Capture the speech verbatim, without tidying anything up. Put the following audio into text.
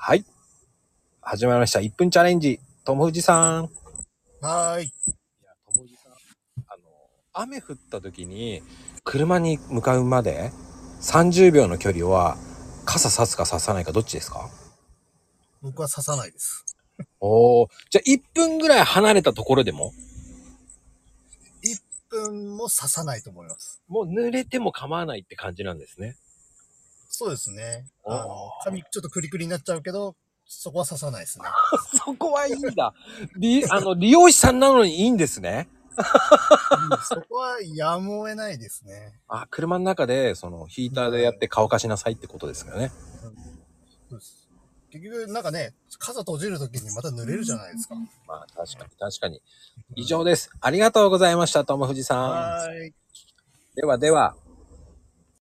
はい。始まりました。いっぷんチャレンジ。ともふじさん。 はーい。 いや、ともふじさん。あの、雨降った時に、車に向かうまでさんじゅうびょうの距離は、傘差すか差さないかどっちですか？ 僕は刺さないです。 おー。じゃあいっぷんぐらい離れたところでもいっぷんも刺さないと思います。 もう濡れても構わないって感じなんですね。 そうですね。 おあの、髪ちょっとクリクリになっちゃうけど、そこは刺さないですね。 ー。そこはいいんだ。り、あの、利用師さんなのにいいんですね。 うん、そこはやむを得ないですね。 あ、車の中で、その、ヒーターでやって乾かしなさいってことですよね。 うん、そうです。結局、なんかね、傘閉じるときにまた濡れるじゃないですか。 まあ、確かに、確かに。以上です。ありがとうございました、ともふじさん。 はーい。 ではでは。